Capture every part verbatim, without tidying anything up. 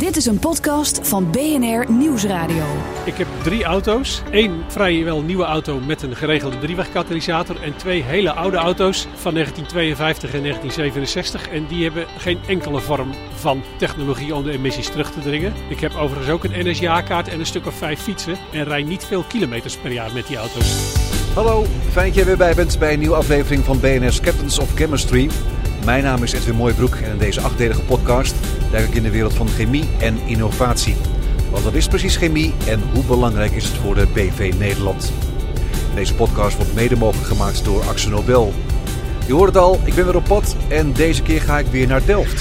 Dit is een podcast van B N R Nieuwsradio. Ik heb drie auto's. Eén vrijwel nieuwe auto met een geregelde driewegkatalysator. En twee hele oude auto's van negentien tweeënvijftig en negentien zevenenzestig. En die hebben geen enkele vorm van technologie om de emissies terug te dringen. Ik heb overigens ook een N S J A-kaart en een stuk of vijf fietsen. En rij niet veel kilometers per jaar met die auto's. Hallo, fijn dat je weer bij bent bij een nieuwe aflevering van B N R's Captains of Chemistry. Mijn naam is Edwin Mooijbroek en in deze achtdelige podcast duik ik in de wereld van chemie en innovatie. Want wat is precies chemie en hoe belangrijk is het voor de B V Nederland? Deze podcast wordt mede mogelijk gemaakt door AkzoNobel. Je hoort het al, ik ben weer op pad en deze keer ga ik weer naar Delft.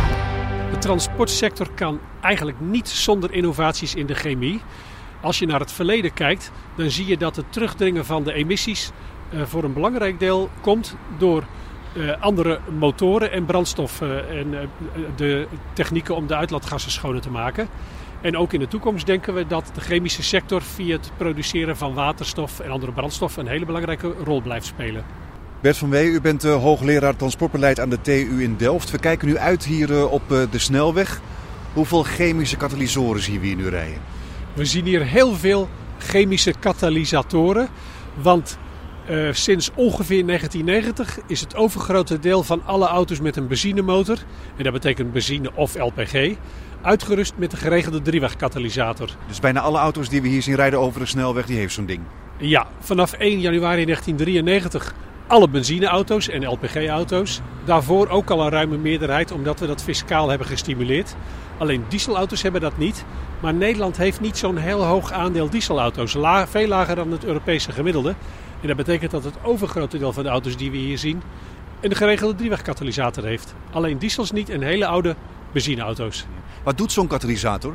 De transportsector kan eigenlijk niet zonder innovaties in de chemie. Als je naar het verleden kijkt, dan zie je dat het terugdringen van de emissies uh, voor een belangrijk deel komt door uh, andere motoren en brandstoffen en uh, de technieken om de uitlaatgassen schoner te maken. En ook in de toekomst denken we dat de chemische sector via het produceren van waterstof en andere brandstoffen een hele belangrijke rol blijft spelen. Bert van Wee, u bent uh, hoogleraar transportbeleid aan de T U in Delft. We kijken nu uit hier uh, op uh, de snelweg. Hoeveel chemische katalysoren zien we hier nu rijden? We zien hier heel veel chemische katalysatoren, want uh, sinds ongeveer negentien negentig is het overgrote deel van alle auto's met een benzinemotor, en dat betekent benzine of L P G, uitgerust met een geregelde driewegkatalysator. Dus bijna alle auto's die we hier zien rijden over de snelweg, die heeft zo'n ding? Ja, vanaf één januari negentien drieënnegentig alle benzineauto's en L P G-auto's. Daarvoor ook al een ruime meerderheid, omdat we dat fiscaal hebben gestimuleerd. Alleen dieselauto's hebben dat niet. Maar Nederland heeft niet zo'n heel hoog aandeel dieselauto's. La, veel lager dan het Europese gemiddelde. En dat betekent dat het overgrote deel van de auto's die we hier zien een geregelde driewegkatalysator heeft. Alleen diesels niet en hele oude benzineauto's. Wat doet zo'n katalysator?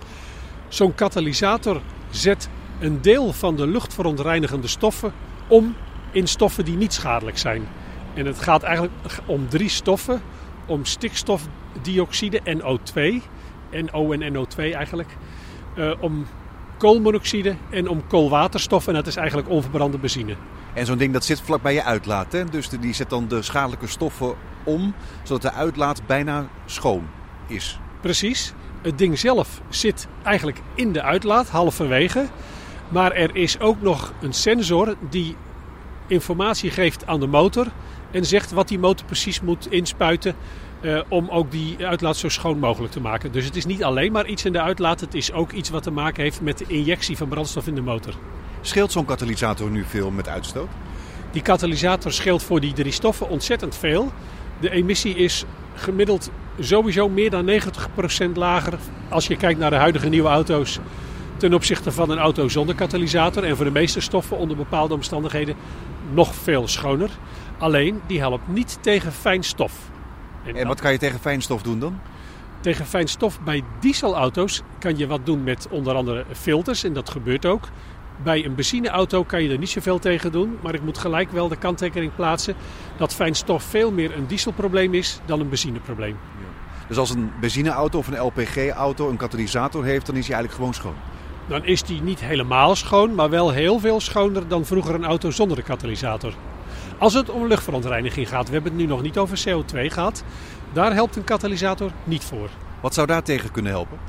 Zo'n katalysator zet een deel van de luchtverontreinigende stoffen om in stoffen die niet schadelijk zijn. En het gaat eigenlijk om drie stoffen. Om stikstofdioxide, N O twee, N O en N O twee eigenlijk. Uh, om koolmonoxide en om koolwaterstof. En dat is eigenlijk onverbrande benzine. En zo'n ding dat zit vlak bij je uitlaat. Hè? Dus die zet dan de schadelijke stoffen om, zodat de uitlaat bijna schoon is. Precies. Het ding zelf zit eigenlijk in de uitlaat, halverwege. Maar er is ook nog een sensor die informatie geeft aan de motor en zegt wat die motor precies moet inspuiten uh, om ook die uitlaat zo schoon mogelijk te maken. Dus het is niet alleen maar iets in de uitlaat, het is ook iets wat te maken heeft met de injectie van brandstof in de motor. Scheelt zo'n katalysator nu veel met uitstoot? Die katalysator scheelt voor die drie stoffen ontzettend veel. De emissie is gemiddeld sowieso meer dan negentig procent lager als je kijkt naar de huidige nieuwe auto's ten opzichte van een auto zonder katalysator. En voor de meeste stoffen onder bepaalde omstandigheden nog veel schoner. Alleen, die helpt niet tegen fijn stof. En, en wat kan je tegen fijn stof doen dan? Tegen fijn stof bij dieselauto's kan je wat doen met onder andere filters. En dat gebeurt ook. Bij een benzineauto kan je er niet zoveel tegen doen. Maar ik moet gelijk wel de kanttekening plaatsen dat fijn stof veel meer een dieselprobleem is dan een benzineprobleem. Ja. Dus als een benzineauto of een L P G-auto een katalysator heeft, dan is hij eigenlijk gewoon schoon? Dan is die niet helemaal schoon, maar wel heel veel schoner dan vroeger een auto zonder een katalysator. Als het om luchtverontreiniging gaat, we hebben het nu nog niet over C O twee gehad, daar helpt een katalysator niet voor. Wat zou daar tegen kunnen helpen?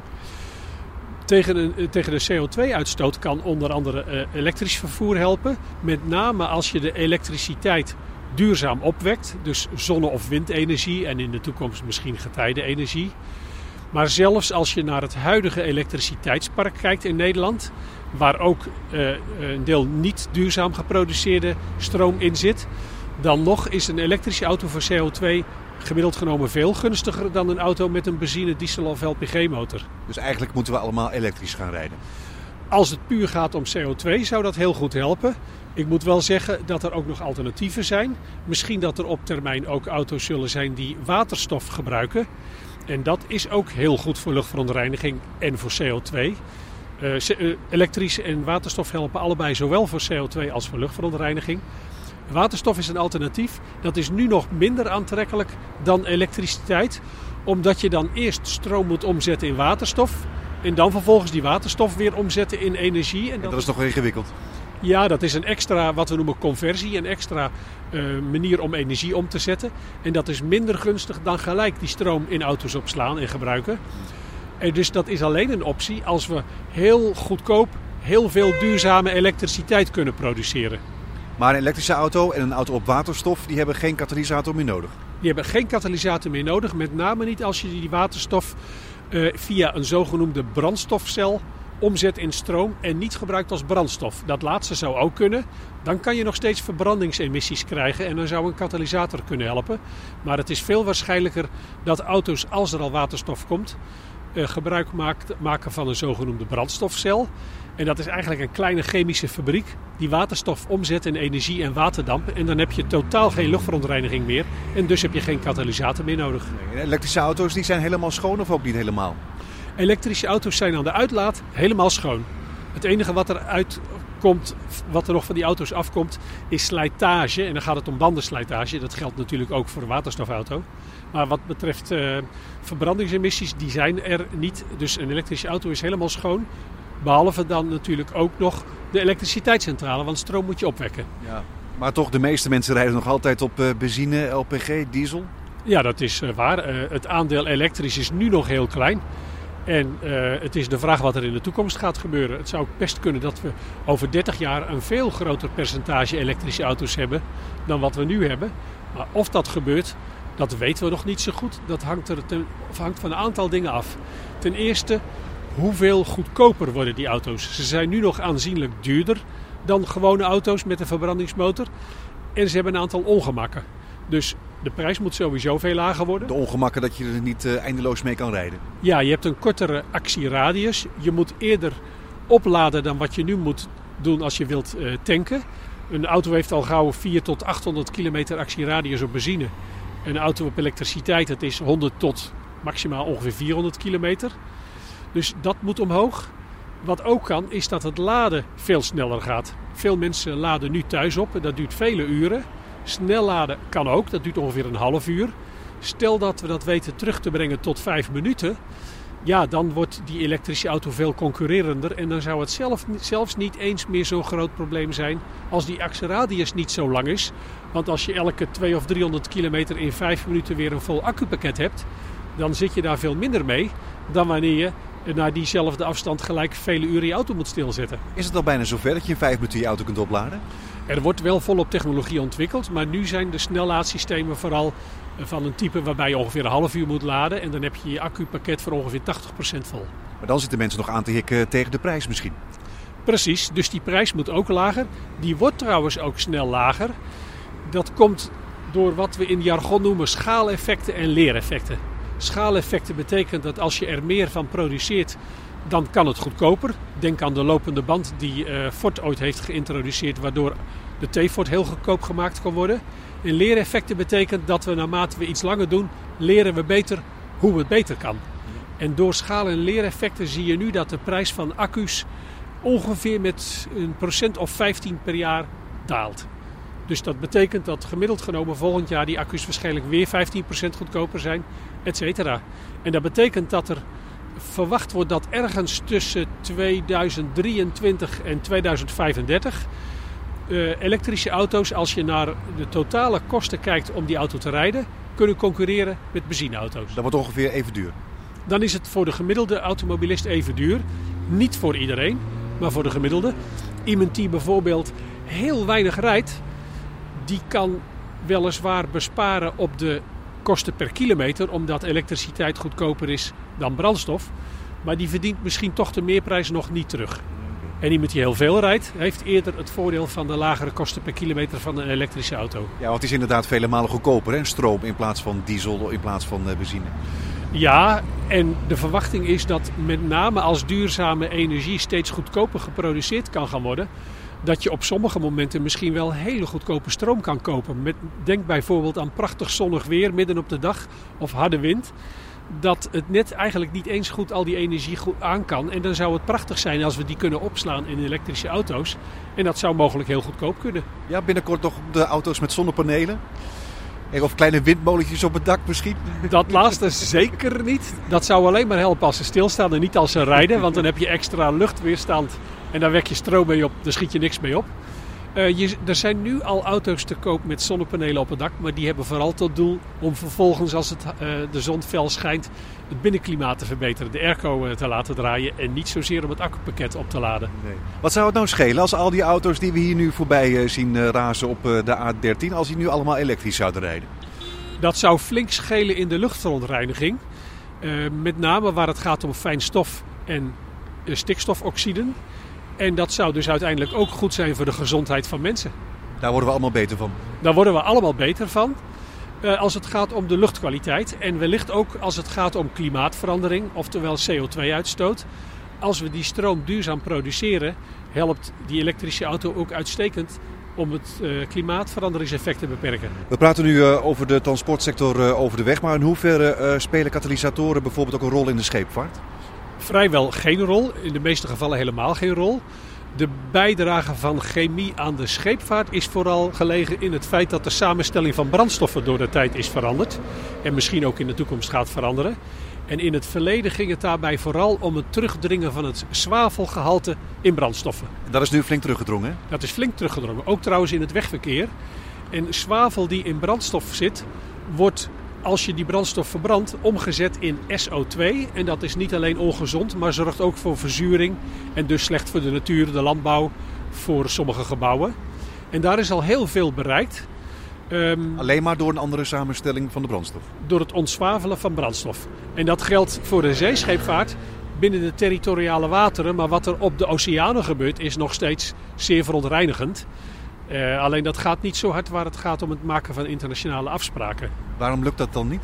Tegen, een, tegen de C O twee uitstoot kan onder andere uh, elektrisch vervoer helpen. Met name als je de elektriciteit duurzaam opwekt, dus zonne- of windenergie en in de toekomst misschien getijdenenergie. Maar zelfs als je naar het huidige elektriciteitspark kijkt in Nederland, waar ook uh, een deel niet duurzaam geproduceerde stroom in zit, dan nog is een elektrische auto voor C O twee gemiddeld genomen veel gunstiger dan een auto met een benzine, diesel of L P G-motor. Dus eigenlijk moeten we allemaal elektrisch gaan rijden? Als het puur gaat om C O twee zou dat heel goed helpen. Ik moet wel zeggen dat er ook nog alternatieven zijn. Misschien dat er op termijn ook auto's zullen zijn die waterstof gebruiken. En dat is ook heel goed voor luchtverontreiniging en voor C O twee. Uh, uh, elektrisch en waterstof helpen allebei zowel voor C O twee als voor luchtverontreiniging. Waterstof is een alternatief. Dat is nu nog minder aantrekkelijk dan elektriciteit. Omdat je dan eerst stroom moet omzetten in waterstof. En dan vervolgens die waterstof weer omzetten in energie. En dat, en dat is nog wel ingewikkeld. Ja, dat is een extra, wat we noemen conversie, een extra uh, manier om energie om te zetten. En dat is minder gunstig dan gelijk die stroom in auto's opslaan en gebruiken. En dus dat is alleen een optie als we heel goedkoop heel veel duurzame elektriciteit kunnen produceren. Maar een elektrische auto en een auto op waterstof, die hebben geen katalysator meer nodig? Die hebben geen katalysator meer nodig, met name niet als je die waterstof uh, via een zogenoemde brandstofcel omzet in stroom en niet gebruikt als brandstof. Dat laatste zou ook kunnen. Dan kan je nog steeds verbrandingsemissies krijgen en dan zou een katalysator kunnen helpen. Maar het is veel waarschijnlijker dat auto's, als er al waterstof komt, uh, gebruik maakt, maken van een zogenoemde brandstofcel. En dat is eigenlijk een kleine chemische fabriek die waterstof omzet in energie en waterdamp. En dan heb je totaal geen luchtverontreiniging meer. En dus heb je geen katalysator meer nodig. Nee, elektrische auto's die zijn helemaal schoon of ook niet helemaal? Elektrische auto's zijn aan de uitlaat helemaal schoon. Het enige wat er uitkomt, wat er nog van die auto's afkomt, is slijtage. En dan gaat het om bandenslijtage. Dat geldt natuurlijk ook voor een waterstofauto. Maar wat betreft uh, verbrandingsemissies, die zijn er niet. Dus een elektrische auto is helemaal schoon. Behalve dan natuurlijk ook nog de elektriciteitscentrale, want stroom moet je opwekken. Ja, maar toch, de meeste mensen rijden nog altijd op uh, benzine, L P G, diesel? Ja, dat is uh, waar. Uh, het aandeel elektrisch is nu nog heel klein. En uh, het is de vraag wat er in de toekomst gaat gebeuren. Het zou ook best kunnen dat we over dertig jaar een veel groter percentage elektrische auto's hebben dan wat we nu hebben. Maar of dat gebeurt, dat weten we nog niet zo goed. Dat hangt, er ten, of hangt van een aantal dingen af. Ten eerste, hoeveel goedkoper worden die auto's? Ze zijn nu nog aanzienlijk duurder dan gewone auto's met een verbrandingsmotor. En ze hebben een aantal ongemakken. Dus de prijs moet sowieso veel lager worden. De ongemakken dat je er niet uh, eindeloos mee kan rijden. Ja, je hebt een kortere actieradius. Je moet eerder opladen dan wat je nu moet doen als je wilt uh, tanken. Een auto heeft al gauw vierhonderd tot achthonderd kilometer actieradius op benzine. Een auto op elektriciteit, dat is honderd tot maximaal ongeveer vierhonderd kilometer. Dus dat moet omhoog. Wat ook kan, is dat het laden veel sneller gaat. Veel mensen laden nu thuis op en dat duurt vele uren. Snel laden kan ook, dat duurt ongeveer een half uur. Stel dat we dat weten terug te brengen tot vijf minuten. Ja, dan wordt die elektrische auto veel concurrerender. En dan zou het zelf, zelfs niet eens meer zo'n groot probleem zijn als die actieradius niet zo lang is. Want als je elke tweehonderd of driehonderd kilometer in vijf minuten weer een vol accupakket hebt, dan zit je daar veel minder mee dan wanneer je na diezelfde afstand gelijk vele uren je auto moet stilzetten. Is het al bijna zover dat je in vijf minuten je auto kunt opladen? Er wordt wel volop technologie ontwikkeld, maar nu zijn de snellaadsystemen vooral van een type waarbij je ongeveer een half uur moet laden. En dan heb je je accupakket voor ongeveer tachtig procent vol. Maar dan zitten mensen nog aan te hikken tegen de prijs misschien. Precies, dus die prijs moet ook lager. Die wordt trouwens ook snel lager. Dat komt door wat we in jargon noemen schaaleffecten en leereffecten. Schaaleffecten betekent dat als je er meer van produceert, dan kan het goedkoper. Denk aan de lopende band die uh, Ford ooit heeft geïntroduceerd, waardoor de T-Ford heel goedkoop gemaakt kon worden. En leereffecten betekent dat we naarmate we iets langer doen, leren we beter hoe het beter kan. En door schaal- en leereffecten zie je nu dat de prijs van accu's ongeveer met een procent of vijftien per jaar daalt. Dus dat betekent dat gemiddeld genomen volgend jaar die accu's waarschijnlijk weer vijftien procent goedkoper zijn, et cetera. En dat betekent dat er verwacht wordt dat ergens tussen tweeduizend drieëntwintig en tweeduizend vijfendertig uh, elektrische auto's, als je naar de totale kosten kijkt om die auto te rijden, kunnen concurreren met benzineauto's. Dat wordt ongeveer even duur. Dan is het voor de gemiddelde automobilist even duur. Niet voor iedereen, maar voor de gemiddelde. Iemand die bijvoorbeeld heel weinig rijdt, die kan weliswaar besparen op de kosten per kilometer, omdat elektriciteit goedkoper is dan brandstof. Maar die verdient misschien toch de meerprijs nog niet terug. En iemand die heel veel rijdt, heeft eerder het voordeel van de lagere kosten per kilometer van een elektrische auto. Ja, want het is inderdaad vele malen goedkoper, hè? Stroom in plaats van diesel, in plaats van uh, benzine. Ja, en de verwachting is dat met name als duurzame energie steeds goedkoper geproduceerd kan gaan worden, dat je op sommige momenten misschien wel hele goedkope stroom kan kopen. Met, denk bijvoorbeeld aan prachtig zonnig weer midden op de dag of harde wind. Dat het net eigenlijk niet eens goed al die energie goed aan kan. En dan zou het prachtig zijn als we die kunnen opslaan in elektrische auto's. En dat zou mogelijk heel goedkoop kunnen. Ja, binnenkort nog de auto's met zonnepanelen. Of kleine windmolentjes op het dak misschien? Dat laatste zeker niet. Dat zou alleen maar helpen als ze stilstaan en niet als ze rijden. Want dan heb je extra luchtweerstand en daar wek je stroom mee op. Daar schiet je niks mee op. Uh, je, er zijn nu al auto's te koop met zonnepanelen op het dak, maar die hebben vooral tot doel om vervolgens, als het, uh, de zon fel schijnt, het binnenklimaat te verbeteren, de airco uh, te laten draaien en niet zozeer om het accupakket op te laden. Nee. Wat zou het nou schelen als al die auto's die we hier nu voorbij uh, zien uh, razen op uh, de A dertien, als die nu allemaal elektrisch zouden rijden? Dat zou flink schelen in de luchtverontreiniging, uh, met name waar het gaat om fijn stof en uh, stikstofoxiden. En dat zou dus uiteindelijk ook goed zijn voor de gezondheid van mensen. Daar worden we allemaal beter van. Daar worden we allemaal beter van. Uh, als het gaat om de luchtkwaliteit. En wellicht ook als het gaat om klimaatverandering. Oftewel C O twee uitstoot. Als we die stroom duurzaam produceren. Helpt die elektrische auto ook uitstekend om het uh, klimaatveranderingseffect te beperken. We praten nu uh, over de transportsector uh, over de weg. Maar in hoeverre uh, spelen katalysatoren bijvoorbeeld ook een rol in de scheepvaart? Vrijwel geen rol, in de meeste gevallen helemaal geen rol. De bijdrage van chemie aan de scheepvaart is vooral gelegen in het feit dat de samenstelling van brandstoffen door de tijd is veranderd. En misschien ook in de toekomst gaat veranderen. En in het verleden ging het daarbij vooral om het terugdringen van het zwavelgehalte in brandstoffen. Dat is nu flink teruggedrongen, hè? Dat is flink teruggedrongen, ook trouwens in het wegverkeer. En zwavel die in brandstof zit, wordt, als je die brandstof verbrandt, omgezet in S O twee. En dat is niet alleen ongezond, maar zorgt ook voor verzuring. En dus slecht voor de natuur, de landbouw, voor sommige gebouwen. En daar is al heel veel bereikt. Um, Alleen maar door een andere samenstelling van de brandstof? Door het ontzwavelen van brandstof. En dat geldt voor de zeescheepvaart binnen de territoriale wateren. Maar wat er op de oceanen gebeurt is nog steeds zeer verontreinigend. Uh, alleen dat gaat niet zo hard waar het gaat om het maken van internationale afspraken. Waarom lukt dat dan niet?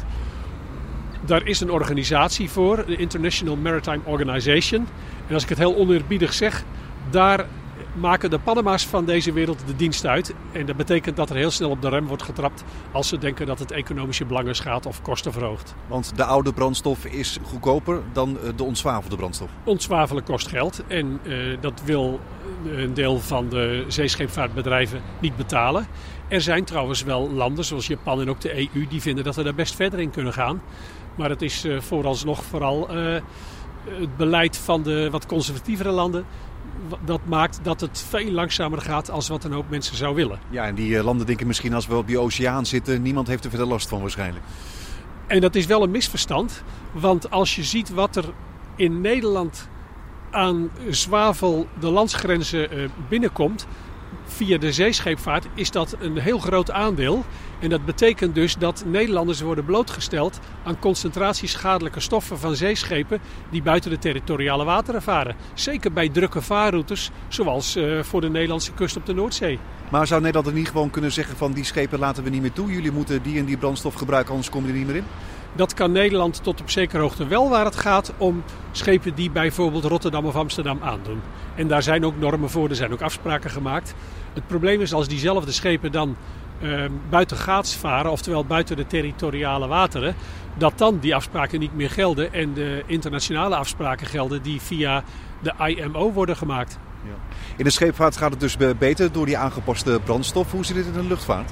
Daar is een organisatie voor, de International Maritime Organization. En als ik het heel oneerbiedig zeg, daar maken de Panama's van deze wereld de dienst uit. En dat betekent dat er heel snel op de rem wordt getrapt als ze denken dat het economische belangen schaadt of kosten verhoogt. Want de oude brandstof is goedkoper dan de ontzwavelde brandstof? Ontzwavelen kost geld en uh, dat wil een deel van de zeescheepvaartbedrijven niet betalen. Er zijn trouwens wel landen zoals Japan en ook de E U die vinden dat we daar best verder in kunnen gaan. Maar het is uh, vooralsnog vooral uh, het beleid van de wat conservatievere landen. Dat maakt dat het veel langzamer gaat als wat een hoop mensen zou willen. Ja, en die landen denken misschien als we op die oceaan zitten, niemand heeft er verder last van waarschijnlijk. En dat is wel een misverstand, want als je ziet wat er in Nederland aan zwavel de landsgrenzen binnenkomt via de zeescheepvaart, is dat een heel groot aandeel. En dat betekent dus dat Nederlanders worden blootgesteld aan concentraties schadelijke stoffen van zeeschepen die buiten de territoriale wateren varen. Zeker bij drukke vaarroutes, zoals uh, voor de Nederlandse kust op de Noordzee. Maar zou Nederland er niet gewoon kunnen zeggen van die schepen laten we niet meer toe? Jullie moeten die en die brandstof gebruiken, anders komen er niet meer in? Dat kan Nederland tot op zekere hoogte wel, waar het gaat om schepen die bijvoorbeeld Rotterdam of Amsterdam aandoen. En daar zijn ook normen voor, er zijn ook afspraken gemaakt. Het probleem is als diezelfde schepen dan uh, buiten gaats varen, oftewel buiten de territoriale wateren, dat dan die afspraken niet meer gelden en de internationale afspraken gelden die via de I M O worden gemaakt. Ja. In de scheepvaart gaat het dus beter door die aangepaste brandstof. Hoe zit het in de luchtvaart?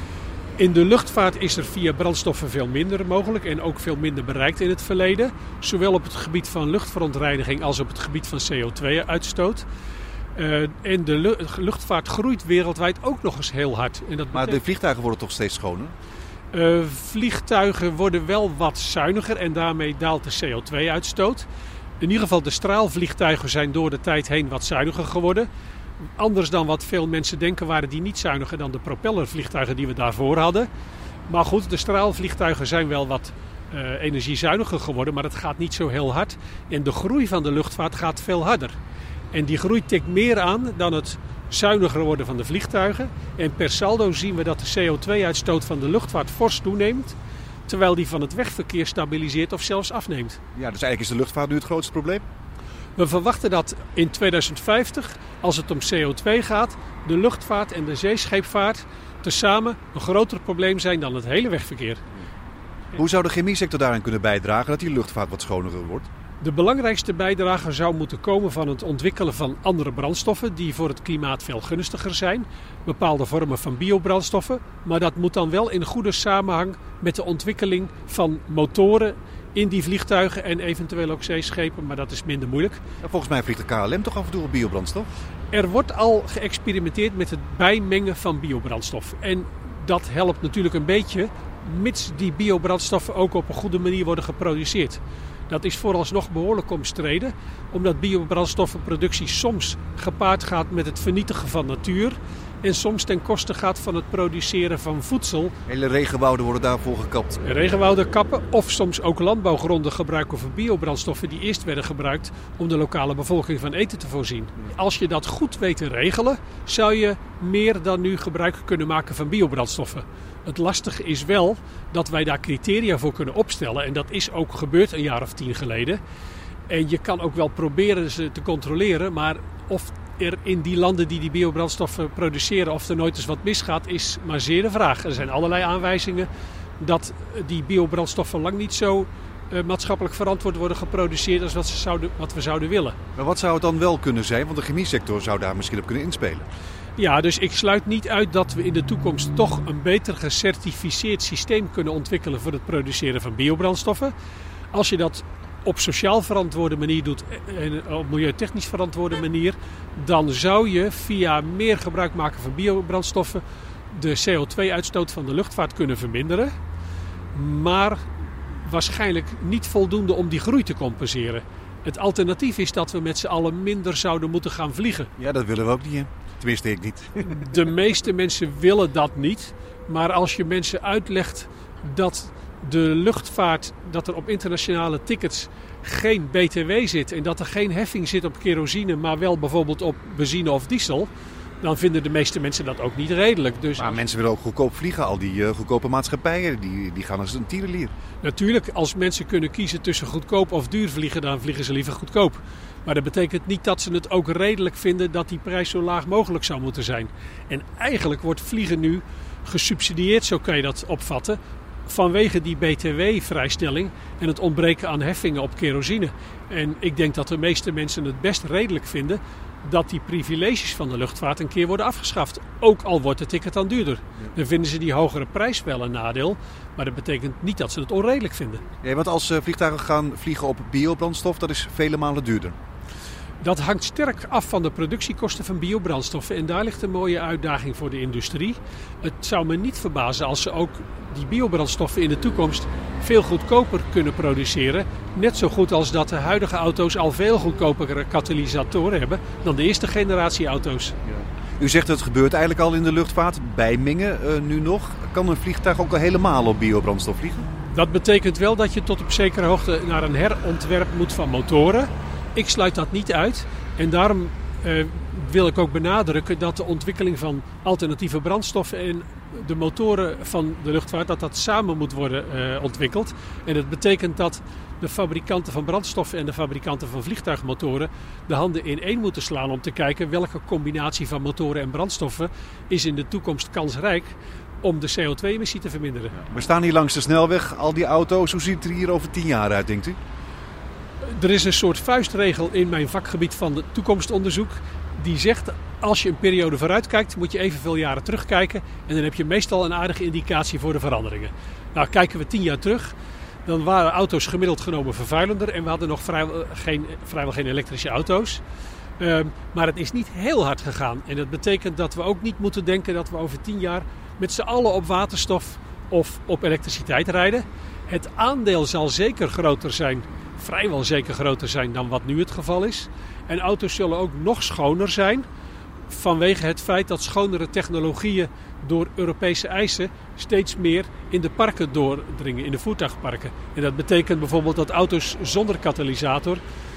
In de luchtvaart is er via brandstoffen veel minder mogelijk en ook veel minder bereikt in het verleden. Zowel op het gebied van luchtverontreiniging als op het gebied van C O twee uitstoot. Uh, en de luchtvaart groeit wereldwijd ook nog eens heel hard. En dat maar betekent... de vliegtuigen worden toch steeds schoner? Uh, vliegtuigen worden wel wat zuiniger en daarmee daalt de C O twee uitstoot. In ieder geval de straalvliegtuigen zijn door de tijd heen wat zuiniger geworden. Anders dan wat veel mensen denken waren die niet zuiniger dan de propellervliegtuigen die we daarvoor hadden. Maar goed, de straalvliegtuigen zijn wel wat uh, energiezuiniger geworden, maar het gaat niet zo heel hard. En de groei van de luchtvaart gaat veel harder. En die groei tikt meer aan dan het zuiniger worden van de vliegtuigen. En per saldo zien we dat de C O twee uitstoot van de luchtvaart fors toeneemt, terwijl die van het wegverkeer stabiliseert of zelfs afneemt. Ja, dus eigenlijk is de luchtvaart nu het grootste probleem? We verwachten dat in tweeduizend vijftig, als het om C O twee gaat, de luchtvaart en de zeescheepvaart tezamen een groter probleem zijn dan het hele wegverkeer. Hoe zou de chemiesector daaraan kunnen bijdragen dat die luchtvaart wat schoner wordt? De belangrijkste bijdrage zou moeten komen van het ontwikkelen van andere brandstoffen die voor het klimaat veel gunstiger zijn. Bepaalde vormen van biobrandstoffen. Maar dat moet dan wel in goede samenhang met de ontwikkeling van motoren in die vliegtuigen en eventueel ook zeeschepen, maar dat is minder moeilijk. En volgens mij vliegt de K L M toch af en toe op biobrandstof? Er wordt al geëxperimenteerd met het bijmengen van biobrandstof. En dat helpt natuurlijk een beetje, mits die biobrandstoffen ook op een goede manier worden geproduceerd. Dat is vooralsnog behoorlijk omstreden, omdat biobrandstoffenproductie soms gepaard gaat met het vernietigen van natuur en soms ten koste gaat van het produceren van voedsel. Hele regenwouden worden daarvoor gekapt. Regenwouden kappen of soms ook landbouwgronden gebruiken voor biobrandstoffen die eerst werden gebruikt om de lokale bevolking van eten te voorzien. Als je dat goed weet te regelen, zou je meer dan nu gebruik kunnen maken van biobrandstoffen. Het lastige is wel dat wij daar criteria voor kunnen opstellen. En dat is ook gebeurd een jaar of tien geleden. En je kan ook wel proberen ze te controleren. Maar of er in die landen die die biobrandstoffen produceren, of er nooit eens wat misgaat, is maar zeer de vraag. Er zijn allerlei aanwijzingen dat die biobrandstoffen lang niet zo uh, maatschappelijk verantwoord worden geproduceerd als wat, ze zouden, wat we zouden willen. Maar wat zou het dan wel kunnen zijn? Want de chemiesector zou daar misschien op kunnen inspelen. Ja, dus ik sluit niet uit dat we in de toekomst toch een beter gecertificeerd systeem kunnen ontwikkelen voor het produceren van biobrandstoffen. Als je dat op sociaal verantwoorde manier doet en op milieutechnisch verantwoorde manier, dan zou je via meer gebruik maken van biobrandstoffen de C O twee uitstoot van de luchtvaart kunnen verminderen. Maar waarschijnlijk niet voldoende om die groei te compenseren. Het alternatief is dat we met z'n allen minder zouden moeten gaan vliegen. Ja, dat willen we ook niet, hè? Tenminste, ik niet. De meeste mensen willen dat niet. Maar als je mensen uitlegt dat de luchtvaart, dat er op internationale tickets geen B T W zit en dat er geen heffing zit op kerosine, maar wel bijvoorbeeld op benzine of diesel, dan vinden de meeste mensen dat ook niet redelijk. Dus maar mensen willen ook goedkoop vliegen. Al die uh, goedkope maatschappijen, die, die gaan als een tierenlier. Natuurlijk, als mensen kunnen kiezen tussen goedkoop of duur vliegen, dan vliegen ze liever goedkoop. Maar dat betekent niet dat ze het ook redelijk vinden dat die prijs zo laag mogelijk zou moeten zijn. En eigenlijk wordt vliegen nu gesubsidieerd, zo kan je dat opvatten, vanwege die B T W-vrijstelling en het ontbreken aan heffingen op kerosine. En ik denk dat de meeste mensen het best redelijk vinden dat die privileges van de luchtvaart een keer worden afgeschaft. Ook al wordt de ticket dan duurder. Dan vinden ze die hogere prijs wel een nadeel. Maar dat betekent niet dat ze het onredelijk vinden. Ja, want als uh, vliegtuigen gaan vliegen op biobrandstof, dat is vele malen duurder. Dat hangt sterk af van de productiekosten van biobrandstoffen. En daar ligt een mooie uitdaging voor de industrie. Het zou me niet verbazen als ze ook die biobrandstoffen in de toekomst veel goedkoper kunnen produceren. Net zo goed als dat de huidige auto's al veel goedkopere katalysatoren hebben dan de eerste generatie auto's. Ja. U zegt dat het gebeurt eigenlijk al in de luchtvaart. Bijmengen uh, nu nog. Kan een vliegtuig ook al helemaal op biobrandstof vliegen? Dat betekent wel dat je tot op zekere hoogte naar een herontwerp moet van motoren. Ik sluit dat niet uit en daarom uh, wil ik ook benadrukken dat de ontwikkeling van alternatieve brandstoffen en de motoren van de luchtvaart, dat dat samen moet worden uh, ontwikkeld. En dat betekent dat de fabrikanten van brandstoffen en de fabrikanten van vliegtuigmotoren de handen in één moeten slaan om te kijken welke combinatie van motoren en brandstoffen is in de toekomst kansrijk om de C O twee emissie te verminderen. We staan hier langs de snelweg, al die auto's. Hoe ziet het er hier over tien jaar uit, denkt u? Er is een soort vuistregel in mijn vakgebied van de toekomstonderzoek die zegt, als je een periode vooruit kijkt, moet je evenveel jaren terugkijken en dan heb je meestal een aardige indicatie voor de veranderingen. Nou, kijken we tien jaar terug, dan waren auto's gemiddeld genomen vervuilender en we hadden nog vrijwel geen, vrijwel geen elektrische auto's. Uh, maar het is niet heel hard gegaan en dat betekent dat we ook niet moeten denken dat we over tien jaar met z'n allen op waterstof of op elektriciteit rijden. Het aandeel zal zeker groter zijn, vrijwel zeker groter zijn dan wat nu het geval is. En auto's zullen ook nog schoner zijn vanwege het feit dat schonere technologieën door Europese eisen steeds meer in de parken doordringen, in de voertuigparken. En dat betekent bijvoorbeeld dat auto's zonder katalysator,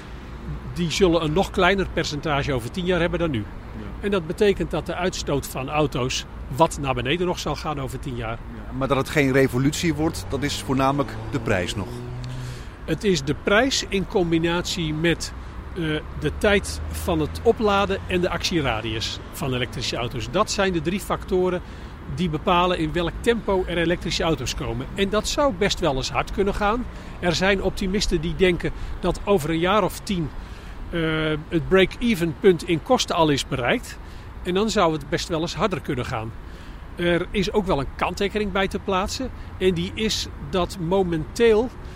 die zullen een nog kleiner percentage over tien jaar hebben dan nu. Ja. En dat betekent dat de uitstoot van auto's wat naar beneden nog zal gaan over tien jaar. Ja, maar dat het geen revolutie wordt, dat is voornamelijk de prijs nog. Het is de prijs in combinatie met uh, de tijd van het opladen en de actieradius van elektrische auto's. Dat zijn de drie factoren die bepalen in welk tempo er elektrische auto's komen. En dat zou best wel eens hard kunnen gaan. Er zijn optimisten die denken dat over een jaar of tien uh, het break-even punt in kosten al is bereikt. En dan zou het best wel eens harder kunnen gaan. Er is ook wel een kanttekening bij te plaatsen. En die is dat momenteel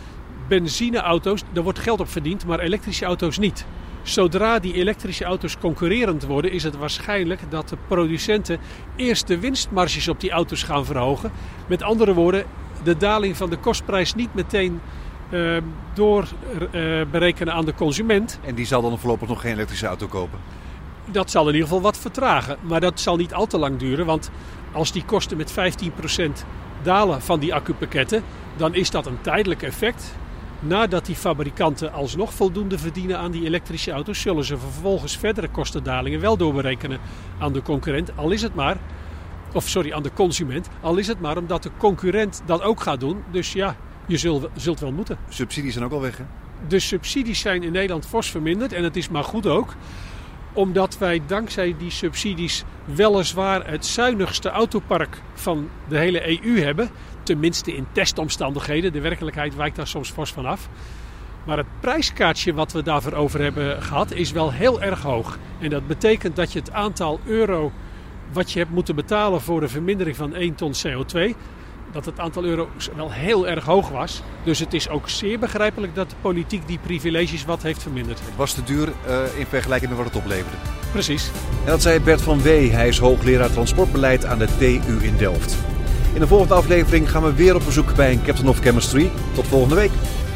benzineauto's, daar wordt geld op verdiend, maar elektrische auto's niet. Zodra die elektrische auto's concurrerend worden, is het waarschijnlijk dat de producenten eerst de winstmarges op die auto's gaan verhogen. Met andere woorden, de daling van de kostprijs niet meteen uh, door uh, berekenen aan de consument. En die zal dan voorlopig nog geen elektrische auto kopen? Dat zal in ieder geval wat vertragen. Maar dat zal niet al te lang duren, want als die kosten met vijftien procent dalen van die accupakketten, dan is dat een tijdelijk effect. Nadat die fabrikanten alsnog voldoende verdienen aan die elektrische auto's, zullen ze vervolgens verdere kostendalingen wel doorberekenen aan de concurrent. Al is het maar, of sorry, aan de consument. Al is het maar omdat de concurrent dat ook gaat doen. Dus ja, je zult, zult wel moeten. Subsidies zijn ook al weg, hè? De subsidies zijn in Nederland fors verminderd. En het is maar goed ook. Omdat wij dankzij die subsidies weliswaar het zuinigste autopark van de hele E U hebben. Tenminste in testomstandigheden. De werkelijkheid wijkt daar soms fors van af. Maar het prijskaartje wat we daarvoor over hebben gehad is wel heel erg hoog. En dat betekent dat je het aantal euro wat je hebt moeten betalen voor de vermindering van één ton C O twee... dat het aantal euro's wel heel erg hoog was. Dus het is ook zeer begrijpelijk dat de politiek die privileges wat heeft verminderd. Het was te duur uh, in vergelijking met wat het opleverde. Precies. En dat zei Bert van Wee. Hij is hoogleraar transportbeleid aan de T U in Delft. In de volgende aflevering gaan we weer op bezoek bij een Captain of Chemistry. Tot volgende week.